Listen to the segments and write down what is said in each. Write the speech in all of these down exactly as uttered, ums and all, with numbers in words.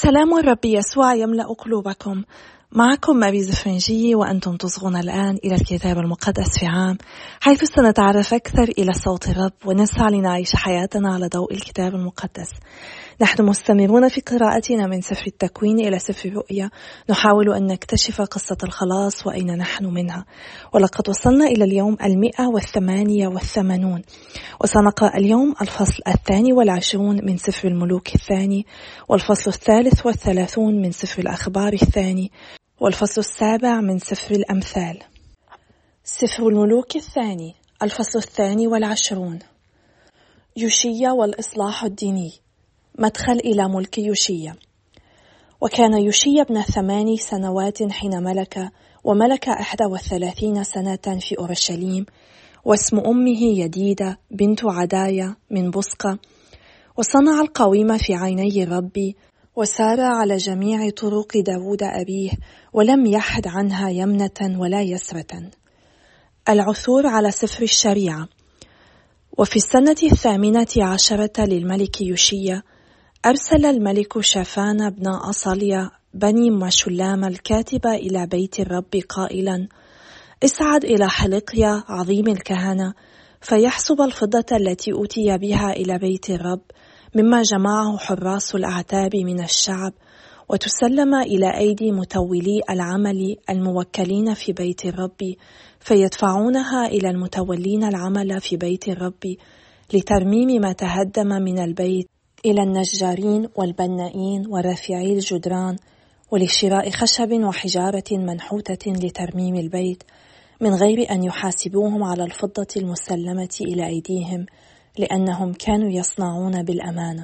سلام الرب يسوع يملأ قلوبكم. معكم ماري زفرنجي وأنتم تصغون الآن إلى الكتاب المقدس في عام، حيث سنتعرف أكثر إلى صوت الرب ونسعى لنعيش حياتنا على ضوء الكتاب المقدس. نحن مستمرون في قراءتنا من سفر التكوين إلى سفر الرؤيا، نحاول أن نكتشف قصة الخلاص وأين نحن منها، ولقد وصلنا إلى اليوم المئة والثمانية والثمانون، وسنقرأ اليوم الفصل الثاني والعشرون من سفر الملوك الثاني، والفصل الثالث والثلاثون من سفر الأخبار الثاني، والفصل السابع من سفر الأمثال. سفر الملوك الثاني، الفصل الثاني والعشرون. يوشيا والإصلاح الديني. مدخل إلى ملك يوشيا. وكان يوشيا ابن ثماني سنوات حين ملك، وملك إحدى وثلاثين سنة في أورشليم، واسم أمه يديدة بنت عدايا من بصقة، وصنع القويم في عيني الرب، وسار على جميع طرق داود أبيه، ولم يحد عنها يمنة ولا يسرة. العثور على سفر الشريعة. وفي السنة الثامنة عشرة للملك يوشيا أرسل الملك شافان بن أصاليا بني مشلام الكاتب إلى بيت الرب قائلا: اصعد إلى حلقيا عظيم الكهنة فيحسب الفضة التي أوتي بها إلى بيت الرب مما جمعه حراس الأعتاب من الشعب، وتسلم إلى أيدي متولي العمل الموكلين في بيت الرب، فيدفعونها إلى المتولين العمل في بيت الرب لترميم ما تهدم من البيت، إلى النجارين والبنائين ورافعي الجدران، ولشراء خشب وحجارة منحوتة لترميم البيت، من غير أن يحاسبوهم على الفضة المسلمة إلى أيديهم، لأنهم كانوا يصنعون بالأمانة.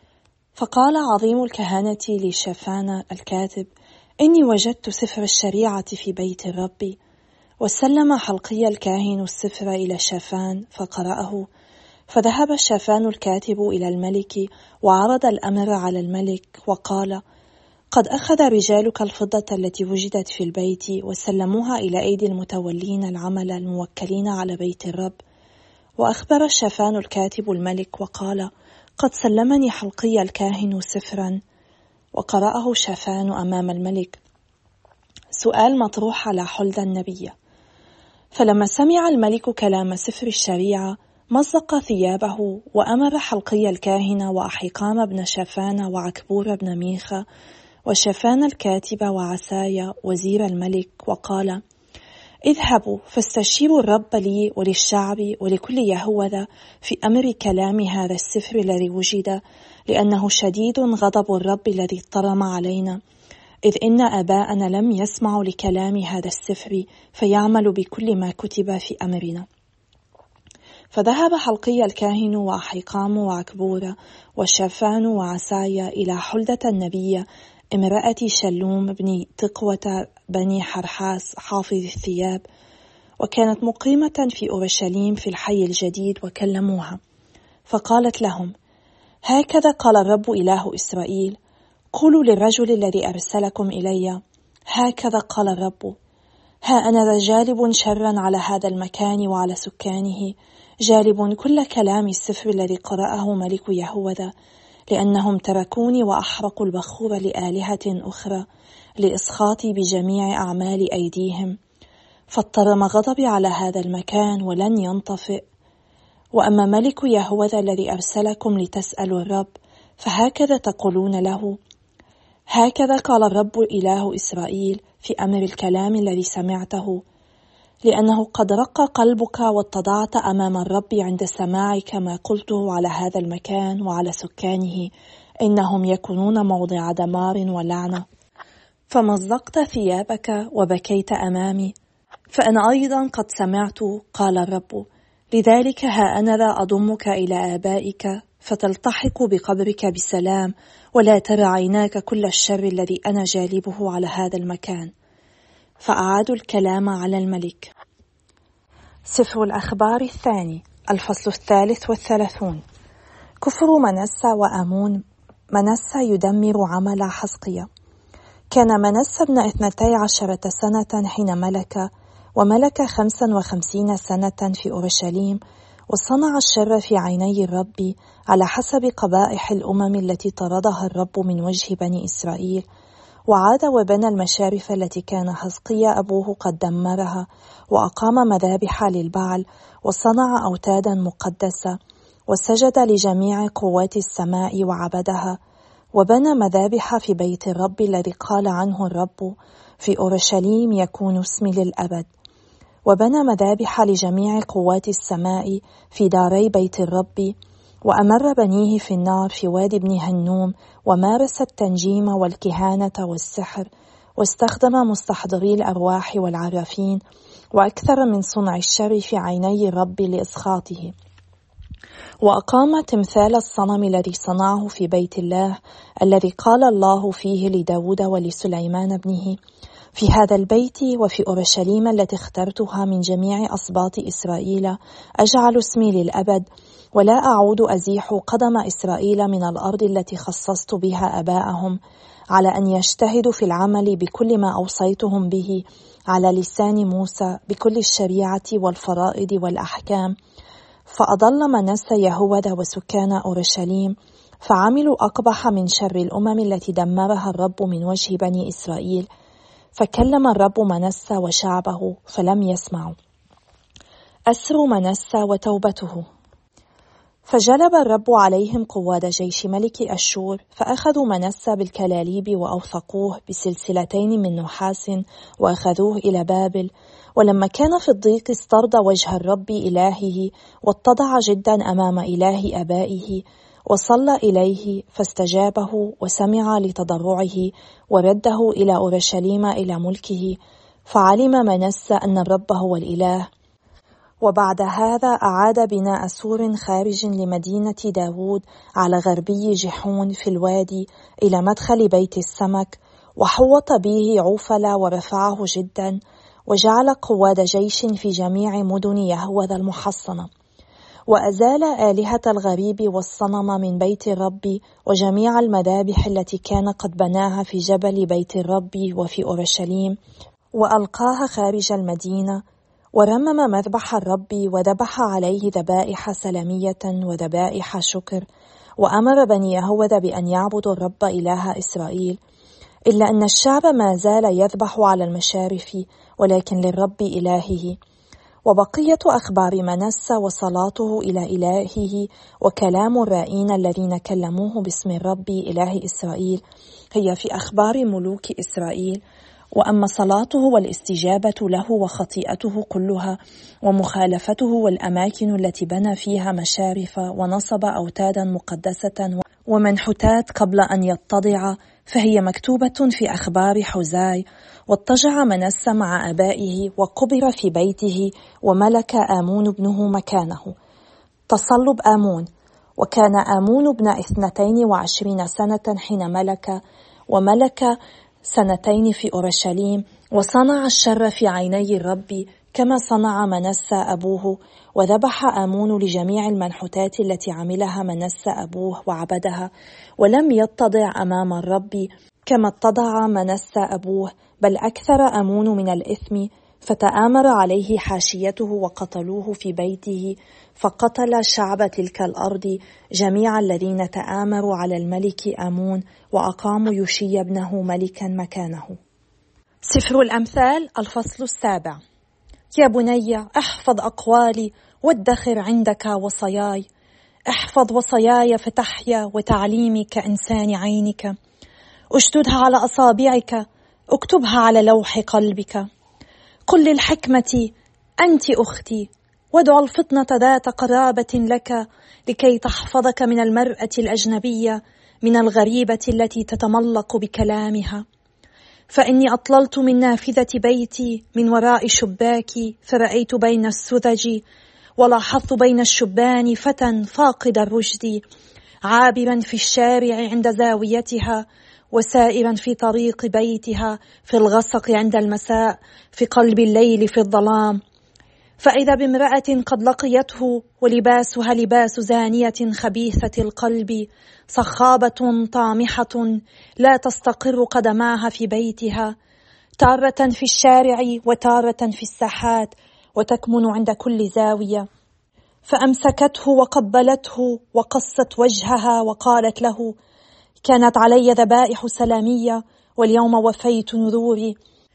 فقال عظيم الكهنة لشافان الكاتب: إني وجدت سفر الشريعة في بيت الرب. وسلم حلقي الكاهن السفر إلى شافان فقرأه. فذهب شافان الكاتب إلى الملك وعرض الأمر على الملك وقال: قد أخذ رجالك الفضة التي وجدت في البيت وسلموها إلى أيدي المتولين العمل الموكلين على بيت الرب. وأخبر شافان الكاتب الملك وقال: قد سلمني حلقي الكاهن سفرا. وقرأه شافان أمام الملك. سؤال مطروح على حلدة النبية. فلما سمع الملك كلام سفر الشريعة مزق ثيابه، وأمر حلقي الكاهن وأحيقام بن شافان وعكبور بن ميخا وشافان الكاتب وعسايا وزير الملك، وقال: اذهبوا فاستشيروا الرب لي وللشعب ولكل يهوذا في أمر كلام هذا السفر الذي وجد، لأنه شديد غضب الرب الذي اضطرم علينا، إذ إن آباءنا لم يسمعوا لكلام هذا السفر فيعمل بكل ما كتب في أمرنا. فذهب حلقي الكاهن وأحيقام وعكبور وشافان وعسايا إلى حلدة النبية امرأة شلوم بن تقوة بني حرحاس حافظ الثياب، وكانت مقيمة في أورشليم في الحي الجديد، وكلموها. فقالت لهم: هكذا قال الرب إله إسرائيل: قولوا للرجل الذي أرسلكم إلي: هكذا قال الرب، ها أنا جالب شرا على هذا المكان وعلى سكانه، جالب كل كلام السفر الذي قرأه ملك يهوذا، لأنهم تركوني وأحرقوا البخور لآلهة أخرى لإسخاطي بجميع أعمال أيديهم، فاضطرم غضبي على هذا المكان ولن ينطفئ. وأما ملك يهوذا الذي أرسلكم لتسألوا الرب، فهكذا تقولون له: هكذا قال الرب إله إسرائيل في أمر الكلام الذي سمعته، لأنه قد رق قلبك واتضعت أمام الرب عند سماعك ما قلته على هذا المكان وعلى سكانه، إنهم يكونون موضع دمار ولعنة. فمزقت ثيابك وبكيت أمامي، فأنا أيضا قد سمعت، قال الرب، لذلك ها أنا لا أضمك إلى آبائك فتلتحق بقبرك بسلام، ولا ترى عيناك كل الشر الذي أنا جالبه على هذا المكان. فأعادوا الكلام على الملك. سفر الأخبار الثاني، الفصل الثالث والثلاثون. كفر منسى وأمون. منسى يدمر عمل حزقيا. كان منسى ابن اثنتي عشرة سنة حين ملك، وملك خمسا وخمسين سنة في أورشليم، وصنع الشر في عيني الرب على حسب قبائح الأمم التي طردها الرب من وجه بني إسرائيل، وعاد وبنى المشارف التي كان حزقيا أبوه قد دمرها، وأقام مذابح للبعل، وصنع أوتادا مقدسة، وسجد لجميع قوات السماء وعبدها، وبنى مذابح في بيت الرب الذي قال عنه الرب: في أورشليم يكون اسمي للأبد. وبنى مذابح لجميع قوات السماء في داري بيت الرب، وأمر بنيه في النار في وادي ابن هنوم، ومارس التنجيم والكهانة والسحر، واستخدم مستحضري الأرواح والعرافين، وأكثر من صنع الشر في عيني الرب لإسخاطه. وأقام تمثال الصنم الذي صنعه في بيت الله الذي قال الله فيه لداود ولسليمان ابنه: في هذا البيت وفي أورشليم التي اخترتها من جميع أصباط إسرائيل أجعل اسمي للأبد، ولا أعود أزيح قدم إسرائيل من الأرض التي خصصت بها أباءهم، على أن يجتهدوا في العمل بكل ما أوصيتهم به على لسان موسى بكل الشريعة والفرائض والأحكام. فأضل منسى يهوذا وسكان أورشليم، فعملوا أقبح من شر الأمم التي دمرها الرب من وجه بني إسرائيل. فكلم الرب منسى وشعبه فلم يسمعوا. أسر منسى وتوبته. فجلب الرب عليهم قواد جيش ملك أشور، فأخذوا منسى بالكلاليب وأوثقوه بسلسلتين من نحاس وأخذوه إلى بابل. ولما كان في الضيق استرضى وجه الرب إلهه، واتضع جدا أمام إله أبائه، وصلى إليه فاستجابه وسمع لتضرعه، ورده إلى أورشليم إلى ملكه. فعلم منسى أن الرب هو الإله. وبعد هذا أعاد بناء سور خارج لمدينة داود على غربي جحون في الوادي إلى مدخل بيت السمك، وحوط به عوفل ورفعه جدا، وجعل قواد جيش في جميع مدن يهوذا المحصنة. وأزال آلهة الغريب والصنم من بيت الرب وجميع المذابح التي كان قد بناها في جبل بيت الرب وفي أورشليم، وألقاها خارج المدينة. ورمم مذبح الرب وذبح عليه ذبائح سلامية وذبائح شكر، وأمر بني يهوذا بأن يعبدوا الرب إله إسرائيل. إلا أن الشعب ما زال يذبح على المشارف، ولكن للرب إلهه. وبقية أخبار منسى وصلاته إلى إلهه وكلام الرائين الذين كلموه باسم الرب إله إسرائيل هي في أخبار ملوك إسرائيل. وأما صلاته والاستجابة له وخطيئته كلها ومخالفته والأماكن التي بنى فيها مشارف ونصب أوتادا مقدسة ومنحوتات قبل أن يتضع، فهي مكتوبة في أخبار حزاي. واضطجع منسى مع آبائه وقبر في بيته، وملك آمون ابنه مكانه. تصلب آمون. وكان آمون ابن اثنتين وعشرين سنة حين ملك، وملك سنتين في أورشليم، وصنع الشر في عيني الرب كما صنع منسى أبوه. وذبح آمون لجميع المنحوتات التي عملها منسى أبوه وعبدها، ولم يتضع أمام الرب كما اتضع منسى أبوه، بل أكثر آمون من الإثم. فتآمر عليه حاشيته وقتلوه في بيته، فقتل شعب تلك الأرض جميع الذين تآمروا على الملك آمون، وأقاموا يوشيا ابنه ملكا مكانه. سفر الأمثال الفصل السابع. يا بني احفظ أقوالي وادخر عندك وصاياي. احفظ وصاياي فتحيا، وتعليمي كإنسان عينك. اشددها على أصابعك، اكتبها على لوح قلبك. قل للحكمة أنت أختي، وادع الفطنة ذات قرابة لك، لكي تحفظك من المرأة الأجنبية، من الغريبة التي تتملق بكلامها. فإني أطللت من نافذة بيتي من وراء شباكي، فرأيت بين السذج، ولاحظت بين الشبان فتى فاقد الرشد، عابرا في الشارع عند زاويتها، وسائرا في طريق بيتها، في الغسق عند المساء، في قلب الليل في الظلام. فإذا بامرأة قد لقيته، ولباسها لباس زانية خبيثة القلب، صخابة طامحة لا تستقر قدماها في بيتها، تارة في الشارع وتارة في الساحات، وتكمن عند كل زاوية. فأمسكته وقبلته وقصت وجهها وقالت له: كانت علي ذبائح سلامية واليوم وفيت نذوري،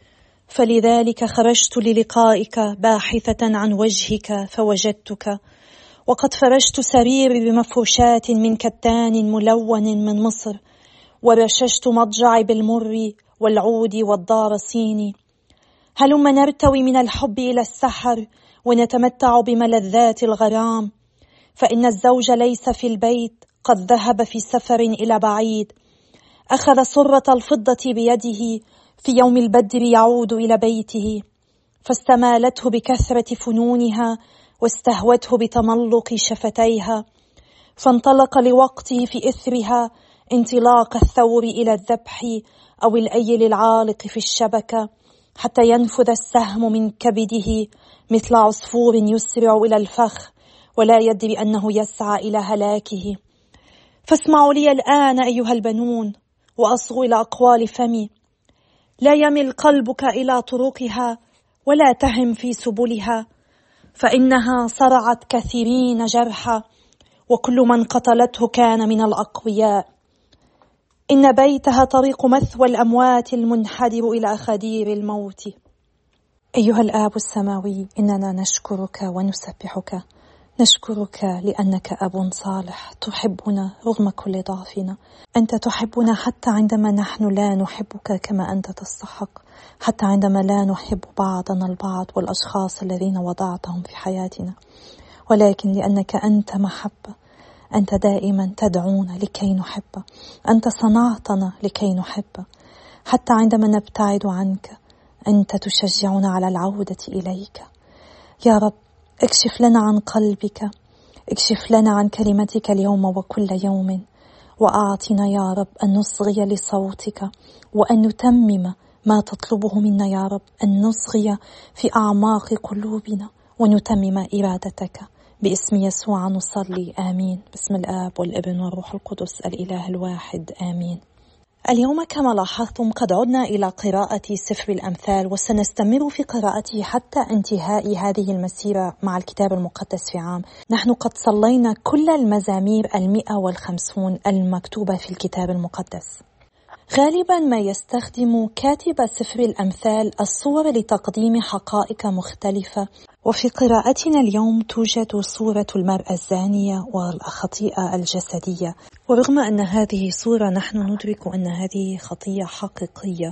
فلذلك خرجت للقائك باحثة عن وجهك فوجدتك، وقد فرشت سريري بمفروشات من كتان ملون من مصر، ورششت مضجعي بالمر والعود والضارسين. هلم نرتوي من الحب إلى السحر ونتمتع بملذات الغرام، فإن الزوج ليس في البيت، قد ذهب في سفر إلى بعيد. أخذ صرة الفضة بيده في يوم البدر يعود إلى بيته، فاستمالته بكثرة فنونها واستهوته بتملق شفتيها، فانطلق لوقته في إثرها انطلاق الثور إلى الذبح أو الأيل العالق في الشبكة، حتى ينفذ السهم من كبده مثل عصفور يسرع إلى الفخ ولا يدري أنه يسعى إلى هلاكه. فاسمعوا لي الآن أيها البنون وأصغوا إلى أقوال فمي. لا يمل قلبك إلى طرقها ولا تهم في سبلها، فإنها صرعت كثيرين جرحا وكل من قتلته كان من الأقوياء. إن بيتها طريق مثوى الأموات المنحدر إلى خدير الموت. أيها الآب السماوي، إننا نشكرك ونسبحك، نشكرك لأنك أب صالح تحبنا رغم كل ضعفنا. أنت تحبنا حتى عندما نحن لا نحبك كما أنت تستحق، حتى عندما لا نحب بعضنا البعض والأشخاص الذين وضعتهم في حياتنا، ولكن لأنك أنت محبة، أنت دائما تدعونا لكي نحب، أنت صنعتنا لكي نحب. حتى عندما نبتعد عنك أنت تشجعنا على العودة إليك. يا رب، اكشف لنا عن قلبك، اكشف لنا عن كلمتك اليوم وكل يوم، وأعطنا يا رب أن نصغي لصوتك وأن نتمم ما تطلبه منا يا رب، أن نصغي في أعماق قلوبنا ونتمم إرادتك. باسم يسوع نصلي، آمين. باسم الآب والابن والروح القدس الإله الواحد، آمين. اليوم كما لاحظتم قد عدنا إلى قراءة سفر الأمثال، وسنستمر في قراءته حتى انتهاء هذه المسيرة مع الكتاب المقدس في عام. نحن قد صلينا كل المزامير المئة والخمسون المكتوبة في الكتاب المقدس. غالبا ما يستخدم كاتب سفر الأمثال الصور لتقديم حقائق مختلفة، وفي قراءتنا اليوم توجد صورة المرأة الزانية والخطيئة الجسدية. ورغم أن هذه صورة نحن ندرك أن هذه خطيئة حقيقية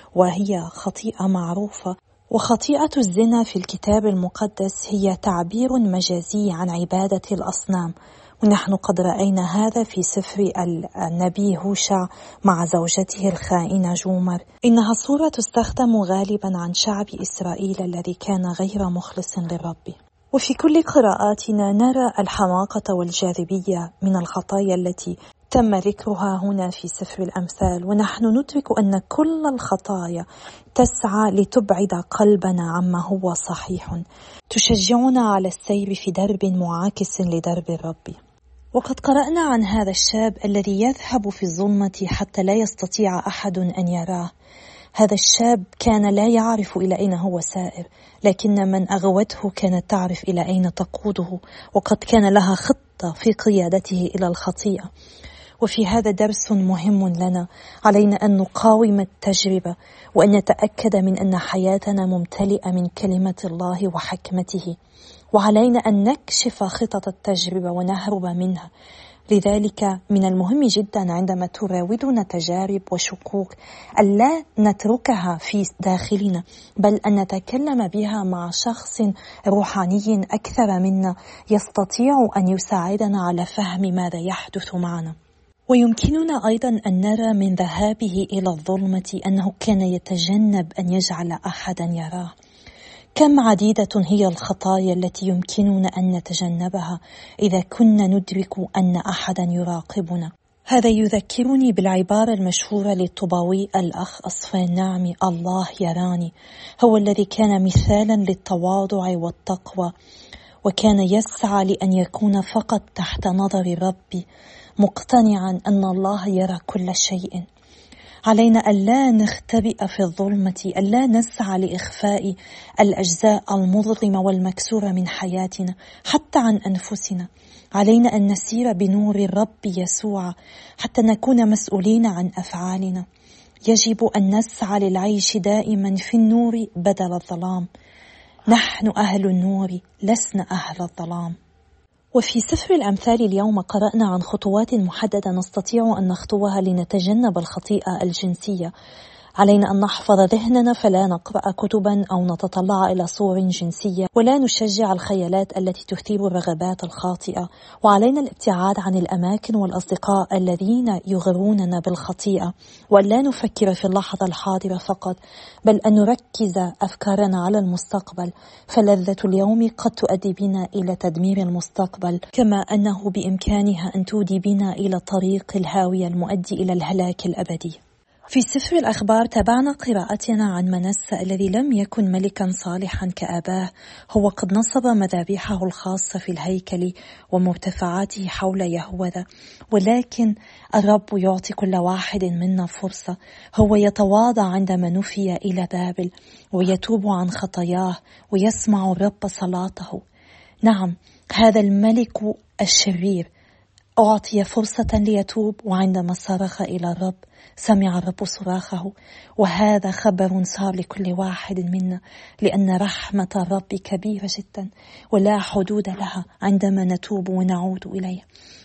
وهي خطيئة معروفة، وخطيئة الزنا في الكتاب المقدس هي تعبير مجازي عن عبادة الأصنام، ونحن قد رأينا هذا في سفر النبي هوشع مع زوجته الخائنة جومر. إنها صورة تستخدم غالبا عن شعب إسرائيل الذي كان غير مخلص للرب. وفي كل قراءاتنا نرى الحماقة والجاذبية من الخطايا التي تم ذكرها هنا في سفر الأمثال، ونحن ندرك أن كل الخطايا تسعى لتبعد قلبنا عما هو صحيح، تشجعنا على السير في درب معاكس لدرب الرب. وقد قرأنا عن هذا الشاب الذي يذهب في الظلمة حتى لا يستطيع أحد أن يراه. هذا الشاب كان لا يعرف إلى أين هو سائر، لكن من أغوته كانت تعرف إلى أين تقوده، وقد كان لها خطة في قيادته إلى الخطيئة. وفي هذا درس مهم لنا، علينا أن نقاوم التجربة وأن نتأكد من أن حياتنا ممتلئة من كلمة الله وحكمته، وعلينا أن نكشف خطط التجربة ونهرب منها. لذلك من المهم جدا عندما تراودنا تجارب وشكوك ألا نتركها في داخلنا، بل أن نتكلم بها مع شخص روحاني أكثر منا يستطيع أن يساعدنا على فهم ماذا يحدث معنا. ويمكننا أيضا أن نرى من ذهابه إلى الظلمة أنه كان يتجنب أن يجعل أحدا يراه. كم عديدة هي الخطايا التي يمكننا أن نتجنبها إذا كنا ندرك أن أحدا يراقبنا. هذا يذكرني بالعبارة المشهورة للطوباوي الأخ أصفهان: الله يراني. هو الذي كان مثالا للتواضع والتقوى، وكان يسعى لأن يكون فقط تحت نظر الرب، مقتنعا أن الله يرى كل شيء. علينا ألا نختبئ في الظلمة، ألا نسعى لإخفاء الأجزاء المظلمة والمكسورة من حياتنا حتى عن أنفسنا. علينا أن نسير بنور الرب يسوع حتى نكون مسؤولين عن أفعالنا. يجب أن نسعى للعيش دائما في النور بدل الظلام. نحن أهل النور لسنا أهل الظلام. وفي سفر الأمثال اليوم قرأنا عن خطوات محددة نستطيع أن نخطوها لنتجنب الخطيئة الجنسية. علينا أن نحفظ ذهننا فلا نقرأ كتبا أو نتطلع إلى صور جنسية، ولا نشجع الخيالات التي تثير الرغبات الخاطئة. وعلينا الابتعاد عن الأماكن والأصدقاء الذين يغروننا بالخطيئة، ولا نفكر في اللحظة الحاضرة فقط، بل أن نركز أفكارنا على المستقبل، فلذة اليوم قد تؤدي بنا إلى تدمير المستقبل، كما أنه بإمكانها أن تودي بنا إلى طريق الهاوية المؤدي إلى الهلاك الأبدي. في سفر الأخبار تابعنا قراءتنا عن منسى الذي لم يكن ملكا صالحا كأباه. هو قد نصب مذابيحه الخاصة في الهيكل ومرتفعاته حول يهوذا، ولكن الرب يعطي كل واحد منا فرصة. هو يتواضع عندما نفي إلى بابل ويتوب عن خطاياه ويسمع الرب صلاته. نعم، هذا الملك الشرير أعطي فرصة ليتوب، وعندما صرخ إلى الرب سمع الرب صراخه. وهذا خبر صار لكل واحد منا، لأن رحمة الرب كبيرة جدا ولا حدود لها عندما نتوب ونعود إليه.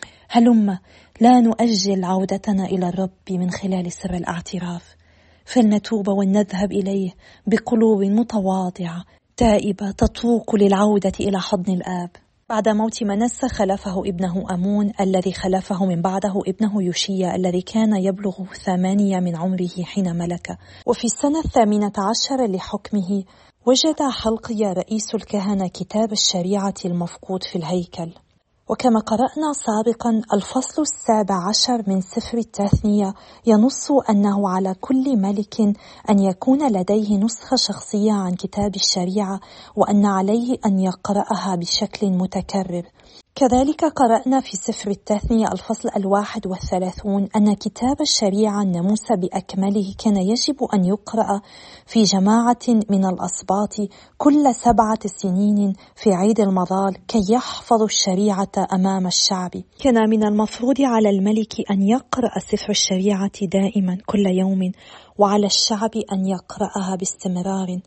هلما لا نؤجل عودتنا إلى الرب من خلال سر الاعتراف، فلنتوب ونذهب إليه بقلوب متواضعة تائبة تطوق للعودة إلى حضن الآب. بعد موت منسى خلفه ابنه أمون، الذي خلفه من بعده ابنه يوشيا الذي كان يبلغ ثمانية من عمره حين ملك. وفي السنة الثامنة عشر لحكمه وجد حلقيا رئيس الكهنة كتاب الشريعة المفقود في الهيكل. وكما قرأنا سابقا، الفصل السابع عشر من سفر التثنية ينص أنه على كل ملك أن يكون لديه نسخة شخصية عن كتاب الشريعة، وأن عليه أن يقرأها بشكل متكرر. كذلك قرأنا في سفر التثنية الفصل الواحد والثلاثون أن كتاب الشريعة الناموس بأكمله كان يجب أن يقرأ في جماعة من الأسباط كل سبعة سنين في عيد المظال كي يحفظوا الشريعة أمام الشعب. كان من المفروض على الملك أن يقرأ سفر الشريعة دائما كل يوم، وعلى الشعب أن يقرأها باستمرار.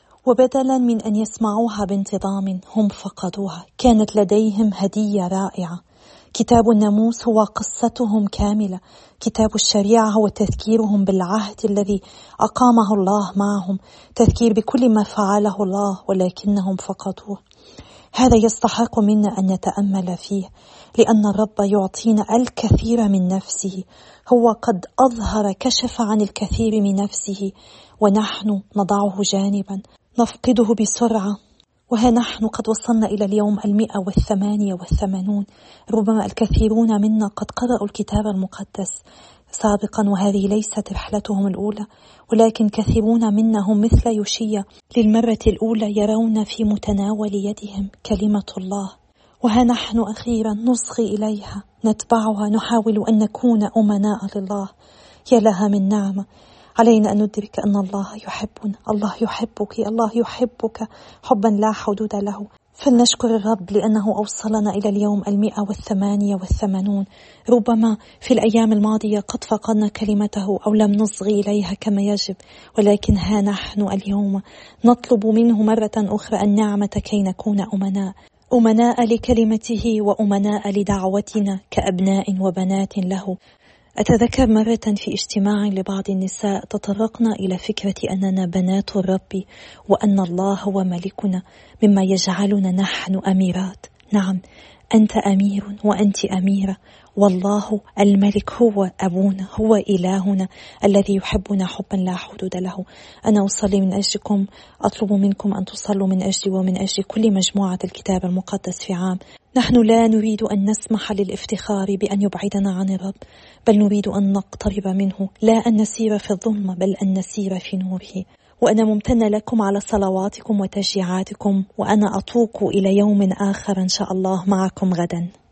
وبدلا من أن يسمعوها بانتظام هم فقدوها. كانت لديهم هدية رائعة. كتاب الناموس هو قصتهم كاملة. كتاب الشريعة هو تذكيرهم بالعهد الذي أقامه الله معهم، تذكير بكل ما فعله الله ولكنهم فقدوه. هذا يستحق منا أن نتأمل فيه، لأن الرب يعطينا الكثير من نفسه. هو قد أظهر كشف عن الكثير من نفسه، ونحن نضعه جانبا نفقده بسرعة. وها نحن قد وصلنا إلى اليوم المئة والثمانية والثمانون. ربما الكثيرون منا قد قرأوا الكتاب المقدس سابقا، وهذه ليست رحلتهم الأولى، ولكن كثيرون منا هم مثل يوشيا للمرة الأولى يرون في متناول يدهم كلمة الله. وها نحن أخيرا نصغي إليها، نتبعها، نحاول أن نكون أمناء لله. يا لها من نعمة. علينا أن ندرك أن الله يحبنا، الله يحبك، الله يحبك حبا لا حدود له. فلنشكر الرب لأنه أوصلنا إلى اليوم المئة والثمانية والثمانون. ربما في الأيام الماضية قد فقدنا كلمته أو لم نصغي إليها كما يجب، ولكن ها نحن اليوم نطلب منه مرة أخرى النعمة كي نكون أمناء، أمناء لكلمته وأمناء لدعوتنا كأبناء وبنات له. أتذكر مرة في اجتماع لبعض النساء تطرقنا إلى فكرة أننا بنات الرب وأن الله هو ملكنا، مما يجعلنا نحن أميرات. نعم، أنت أمير وأنت أميرة، والله الملك هو أبونا، هو إلهنا الذي يحبنا حبا لا حدود له. أنا أصلي من أجلكم، أطلب منكم أن تصلوا من أجلي ومن أجل كل مجموعة الكتاب المقدس في عام. نحن لا نريد أن نسمح للافتخار بأن يبعدنا عن الرب، بل نريد أن نقترب منه، لا أن نسير في الظلمة بل أن نسير في نوره. وأنا ممتنة لكم على صلواتكم وتشجيعاتكم، وأنا أتوق إلى يوم آخر إن شاء الله معكم غدا.